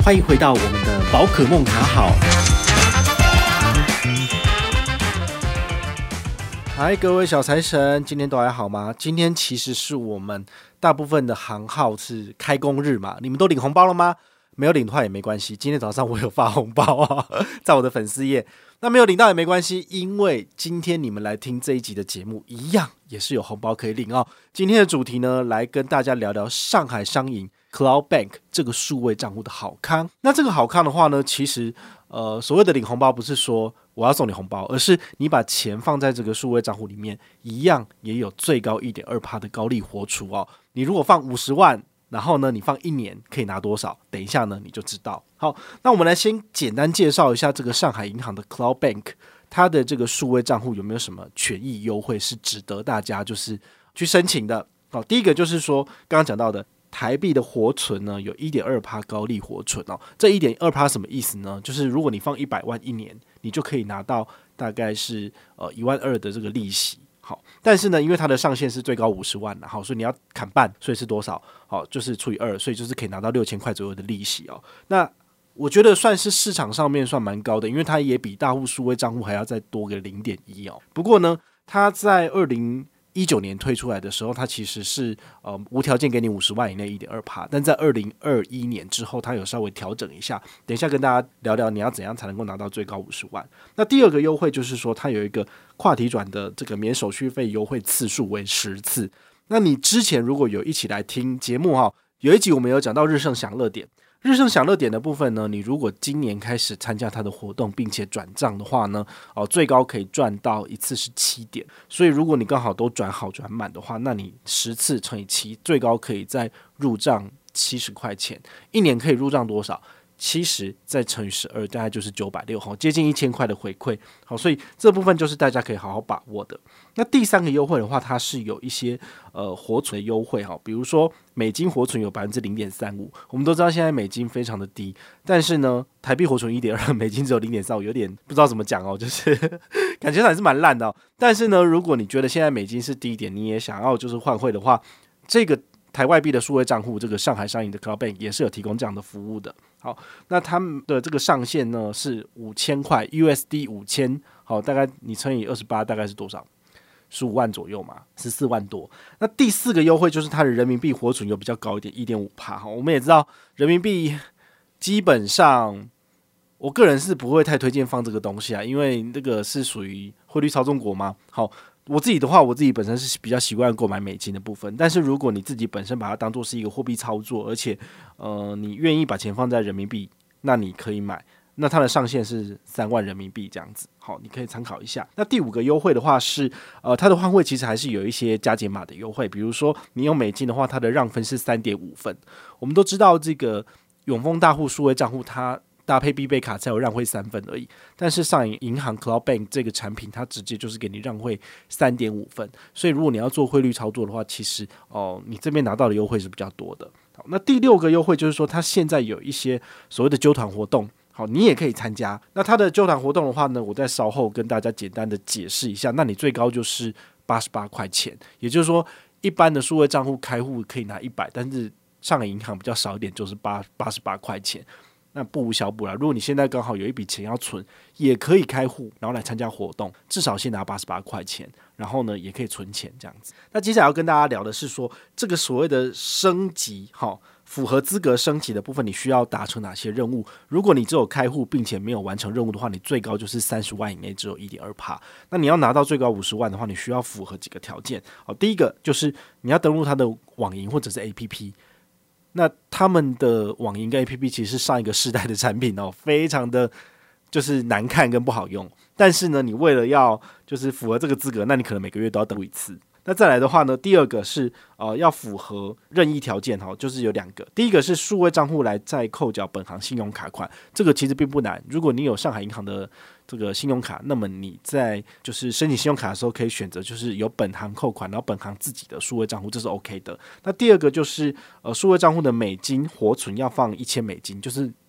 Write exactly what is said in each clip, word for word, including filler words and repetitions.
欢迎回到我们的宝可梦卡好。嗨，各位小财神，今天都还好吗？今天其实是我们大部分的行号是开工日嘛，你们都领红包了吗？没有领的话也没关系，今天早上我有发红包啊，在我的粉丝页。那没有领到也没关系，因为今天你们来听这一集的节目，一样也是有红包可以领哦。今天的主题呢，来跟大家聊聊上海商银 Cloud Bank 这个数位账户的好康。那这个好康的话呢，其实呃所谓的领红包不是说我要送你红包，而是你把钱放在这个数位账户里面，一样也有最高 百分之一点二 的高利活储哦。你如果放五十万，然后呢，你放一年可以拿多少？等一下呢，你就知道。好，那我们来先简单介绍一下这个上海银行的 Cloud Bank， 它的这个数位账户有没有什么权益优惠是值得大家就是去申请的？好，第一个就是说刚刚讲到的台币的活存呢，有 百分之一点二 高利活存哦。这 百分之一点二 什么意思呢？就是如果你放一百万一年，你就可以拿到大概是呃一万二的这个利息。好，但是呢，因为它的上限是最高五十万，好，所以你要砍半，所以是多少？好，就是除以二，所以就是可以拿到六千块左右的利息哦。那我觉得算是市场上面算蛮高的，因为它也比大户数位账户还要再多个 零点一 哦。不过呢，它在二零一九年推出来的时候，它其实是呃无条件给你五十万以内 百分之一点二， 但在二零二一年之后，它有稍微调整一下。等一下跟大家聊聊你要怎样才能够拿到最高五十万。那第二个优惠就是说，它有一个跨提转的这个免手续费优惠次数为十次。那你之前如果有一起来听节目哈，有一集我们有讲到日盛享乐点。日盛享乐点的部分呢，你如果今年开始参加它的活动，并且转账的话呢，哦，最高可以赚到一次是七点。所以如果你刚好都转好转满的话，那你十次乘以七，最高可以再入账七十块钱。一年可以入账多少？七十再乘以十二，大概就是九百六十，接近一千块的回馈。好，所以这部分就是大家可以好好把握的。那第三个优惠的话，它是有一些呃活存的优惠哈，比如说美金活存有 百分之零点三五， 我们都知道现在美金非常的低，但是呢，台币活存 一点二， 美金只有 零点三五，有点不知道怎么讲哦，就是感觉还是蛮烂的哦。但是呢，如果你觉得现在美金是低一点，你也想要就是换汇的话，这个台外币的数位账户，这个上海商银的 Cloud Bank 也是有提供这样的服务的。好，那他们的这个上限呢是五千块 U S D 五千，好，大概你乘以二十八，大概是多少？十五万左右嘛，十四万多。那第四个优惠就是它的人民币活存有比较高一点 ，一点五 趴。我们也知道人民币基本上，我个人是不会太推荐放这个东西啊，因为这个是属于汇率操纵国嘛。好。我自己的话，我自己本身是比较习惯购买美金的部分，但是如果你自己本身把它当作是一个货币操作，而且呃你愿意把钱放在人民币，那你可以买。那它的上限是三万人民币这样子，好，你可以参考一下。那第五个优惠的话是，呃，它的换汇其实还是有一些加减码的优惠，比如说你用美金的话，它的让分是 三点五 分。我们都知道这个永丰大户数位账户它搭配必备卡才有让汇三分而已，但是上银银行 Cloud Bank 这个产品，它直接就是给你让汇 三点五 分，所以如果你要做汇率操作的话，其实哦，你这边拿到的优惠是比较多的。好，那第六个优惠就是说，它现在有一些所谓的揪团活动，好，你也可以参加。那它的揪团活动的话呢，我在稍后跟大家简单的解释一下。那你最高就是八十八块钱，也就是说，一般的数位账户开户可以拿一百，但是上海银行比较少一点，就是八八十八块钱。那不无小补啦，如果你现在刚好有一笔钱要存，也可以开户，然后来参加活动，至少先拿八十八块钱，然后呢也可以存钱这样子。那接下来要跟大家聊的是说，这个所谓的升级，齁，符合资格升级的部分，你需要达成哪些任务？如果你只有开户并且没有完成任务的话，你最高就是三十万以内只有 百分之一点二。那你要拿到最高五十万的话，你需要符合几个条件。好，第一个就是你要登录它的网银或者是 A P P。那他们的网银跟 A P P 其实是上一个世代的产品哦，非常的就是难看跟不好用。但是呢，你为了要就是符合这个资格，那你可能每个月都要登录一次。那再来的话呢，第二个是呃要符合任意条件哈，就是有两个。第一个是数位账户来再扣缴本行信用卡款，这个其实并不难。如果你有上海银行的这个信用卡，那么你在就是申请信用卡的时候可以选择就是有本行扣款，然后本行自己的数位账户，这是 OK 的。那第二个就是呃数位账户的美金活存要放一千美金，就是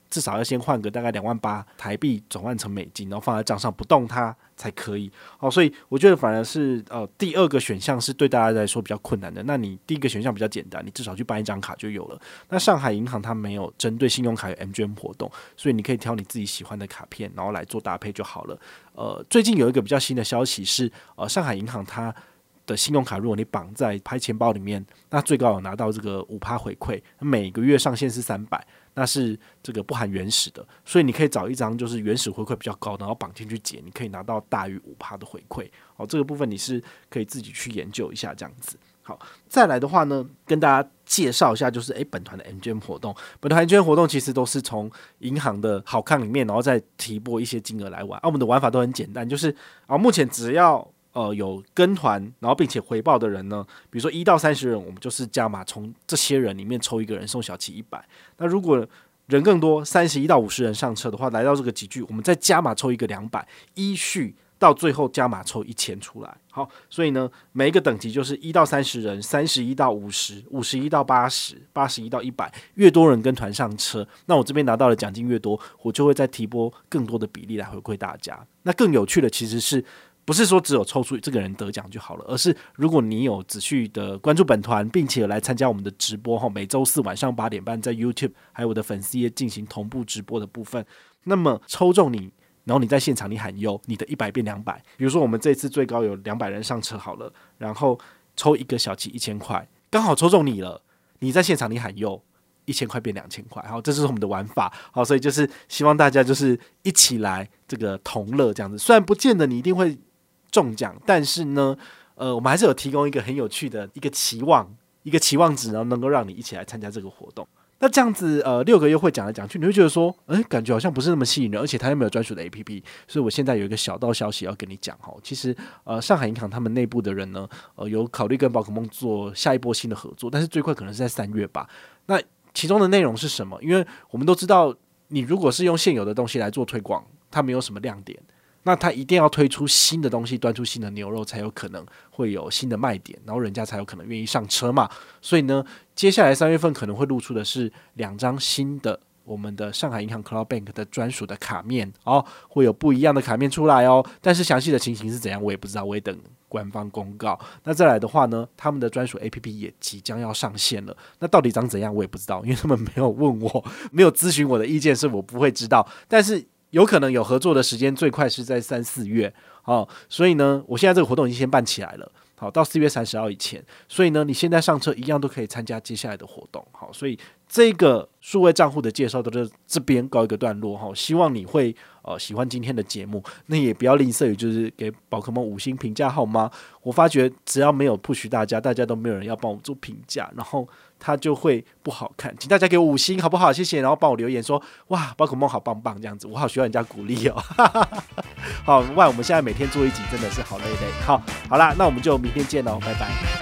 至少要先换个大概两万八台币转换成美金，然后放在账上不动它才可以。好，所以我觉得反而是呃第二个选项是对大家来说比较困难的。那你第一个选项比较简单，你至少去办一张卡就有了。那上海银行它没有针对信用卡有 M G M 活动，所以你可以挑你自己喜欢的卡片，然后来做搭配就好了。呃，最近有一个比较新的消息是，呃，上海银行它的信用卡，如果你绑在拍钱包里面，那最高有拿到这个 百分之五 回馈，每个月上限是三百，那是这个不含原始的，所以你可以找一张就是原始回馈比较高，然后绑进去解，你可以拿到大于 百分之五 的回馈。好，这个部分你是可以自己去研究一下这样子。好，再来的话呢，跟大家介绍一下，就是诶本团的 M G M 活动，本团 M G M 活动其实都是从银行的好康里面，然后再提拨一些金额来玩。啊，我们的玩法都很简单，就是啊，目前只要呃有跟团，然后并且回报的人呢，比如说一到三十人，我们就是加码从这些人里面抽一个人送小七一百。那如果人更多，三十一到五十人上车的话，来到这个集聚，我们再加码抽一个两百，依序到最后加码抽一千出来。好，所以呢，每一个等级就是一到三十人，三十一到五十，五十一到八十，八十一到一百，越多人跟团上车，那我这边拿到的奖金越多，我就会再提拨更多的比例来回馈大家。那更有趣的其实是，不是说只有抽出这个人得奖就好了，而是如果你有仔细的关注本团，并且有来参加我们的直播，每周四晚上八点半在 YouTube 还有我的粉丝页进行同步直播的部分，那么抽中你，然后你在现场你喊优，你的一百变两百。比如说我们这次最高有两百人上车好了，然后抽一个小七一千块，刚好抽中你了，你在现场你喊优，一千块变两千块。好，这就是我们的玩法。好，所以就是希望大家就是一起来这个同乐这样子。虽然不见得你一定会中奖，但是呢，呃，我们还是有提供一个很有趣的一个期望，一个期望值，然后能够让你一起来参加这个活动。那这样子，呃，六个优惠讲来讲去，你会觉得说，哎，感觉好像不是那么吸引人，而且它又没有专属的 A P P， 所以我现在有一个小道消息要跟你讲哈。其实，呃，上海银行他们内部的人呢，呃，有考虑跟宝可梦做下一波新的合作，但是最快可能是在三月吧。那其中的内容是什么？因为我们都知道，你如果是用现有的东西来做推广，它没有什么亮点。那他一定要推出新的东西，端出新的牛肉，才有可能会有新的卖点，然后人家才有可能愿意上车嘛。所以呢，接下来三月份可能会露出的是两张新的我们的上海银行 Cloud Bank 的专属的卡面哦，会有不一样的卡面出来哦。但是详细的情形是怎样，我也不知道，我也等官方公告。那再来的话呢，他们的专属 A P P 也即将要上线了。那到底长怎样，我也不知道，因为他们没有问我，没有咨询我的意见，是我不会知道。但是有可能有合作的时间，最快是在三四月，哦，所以呢，我现在这个活动已经先办起来了，好，到四月三十号以前，所以呢，你现在上车一样都可以参加接下来的活动，好，所以这个数位账户的介绍都在这边告一个段落哈，希望你会呃喜欢今天的节目，那也不要吝啬于就是给宝可梦五星评价好吗？我发觉只要没有 push 大家，大家都没有人要帮我做评价，然后它就会不好看，请大家给我五星好不好？谢谢，然后帮我留言说哇，宝可梦好棒棒这样子，我好需要人家鼓励哦。好，不然我们现在每天做一集真的是好累累。好，好啦，那我们就明天见喽，拜拜。